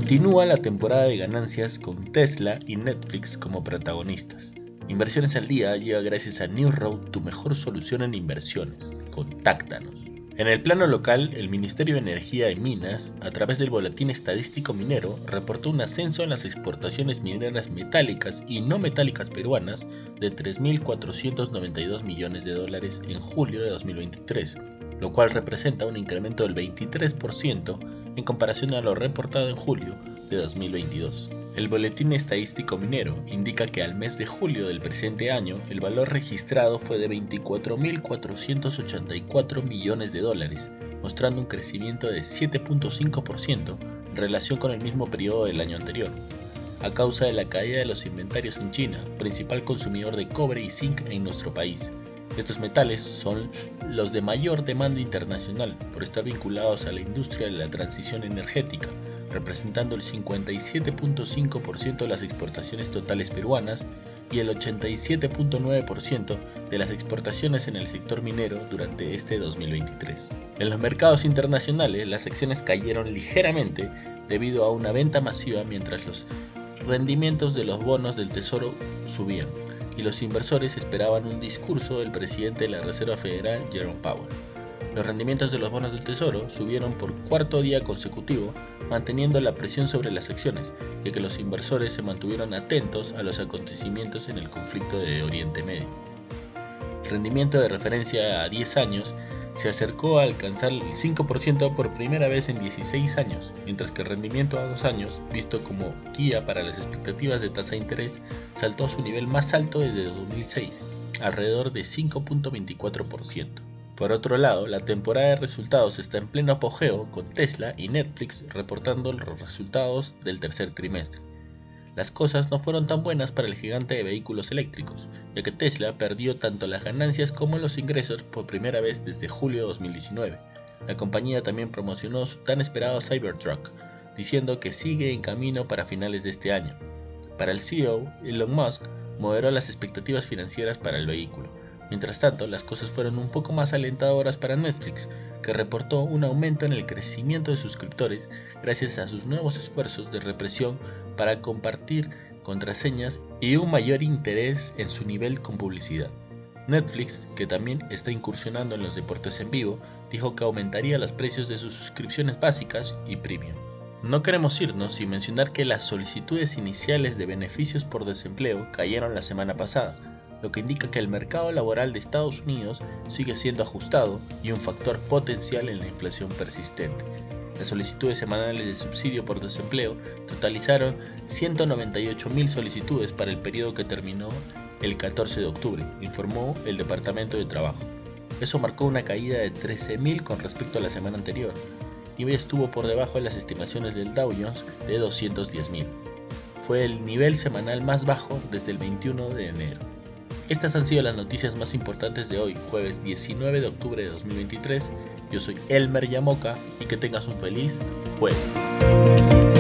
Continúa la temporada de ganancias con Tesla y Netflix como protagonistas. Inversiones al día llega gracias a New Road, tu mejor solución en inversiones. Contáctanos. En el plano local, el Ministerio de Energía y Minas, a través del Boletín Estadístico Minero, reportó un ascenso en las exportaciones mineras metálicas y no metálicas peruanas de 3.492 millones de dólares en julio de 2023, lo cual representa un incremento del 23% en comparación a lo reportado en julio de 2022. El Boletín Estadístico Minero indica que al mes de julio del presente año el valor registrado fue de 24.484 millones de dólares, mostrando un crecimiento de 7.5% en relación con el mismo periodo del año anterior, a causa de la caída de los inventarios en China, principal consumidor de cobre y zinc en nuestro país. Estos metales son los de mayor demanda internacional por estar vinculados a la industria de la transición energética, representando el 57.5% de las exportaciones totales peruanas y el 87.9% de las exportaciones en el sector minero durante este 2023. En los mercados internacionales, las acciones cayeron ligeramente debido a una venta masiva mientras los rendimientos de los bonos del Tesoro subían y los inversores esperaban un discurso del presidente de la Reserva Federal, Jerome Powell. Los rendimientos de los bonos del Tesoro subieron por cuarto día consecutivo, manteniendo la presión sobre las acciones, ya que los inversores se mantuvieron atentos a los acontecimientos en el conflicto de Oriente Medio. El rendimiento de referencia a 10 años se acercó a alcanzar el 5% por primera vez en 16 años, mientras que el rendimiento a 2 años, visto como guía para las expectativas de tasa de interés, saltó a su nivel más alto desde 2006, alrededor de 5.24%. Por otro lado, la temporada de resultados está en pleno apogeo con Tesla y Netflix reportando los resultados del tercer trimestre. Las cosas no fueron tan buenas para el gigante de vehículos eléctricos, ya que Tesla perdió tanto las ganancias como los ingresos por primera vez desde julio de 2019. La compañía también promocionó su tan esperado Cybertruck, diciendo que sigue en camino para finales de este año. Para el CEO, Elon Musk moderó las expectativas financieras para el vehículo. Mientras tanto, las cosas fueron un poco más alentadoras para Netflix, que reportó un aumento en el crecimiento de suscriptores gracias a sus nuevos esfuerzos de represión para compartir contraseñas y un mayor interés en su nivel con publicidad. Netflix, que también está incursionando en los deportes en vivo, dijo que aumentaría los precios de sus suscripciones básicas y premium. No queremos irnos sin mencionar que las solicitudes iniciales de beneficios por desempleo cayeron la semana pasada, lo que indica que el mercado laboral de Estados Unidos sigue siendo ajustado y un factor potencial en la inflación persistente. Las solicitudes semanales de subsidio por desempleo totalizaron 198.000 solicitudes para el periodo que terminó el 14 de octubre, informó el Departamento de Trabajo. Eso marcó una caída de 13.000 con respecto a la semana anterior, y hoy estuvo por debajo de las estimaciones del Dow Jones de 210.000. Fue el nivel semanal más bajo desde el 21 de enero. Estas han sido las noticias más importantes de hoy, jueves 19 de octubre de 2023. Yo soy Elmer Yamoca y que tengas un feliz jueves.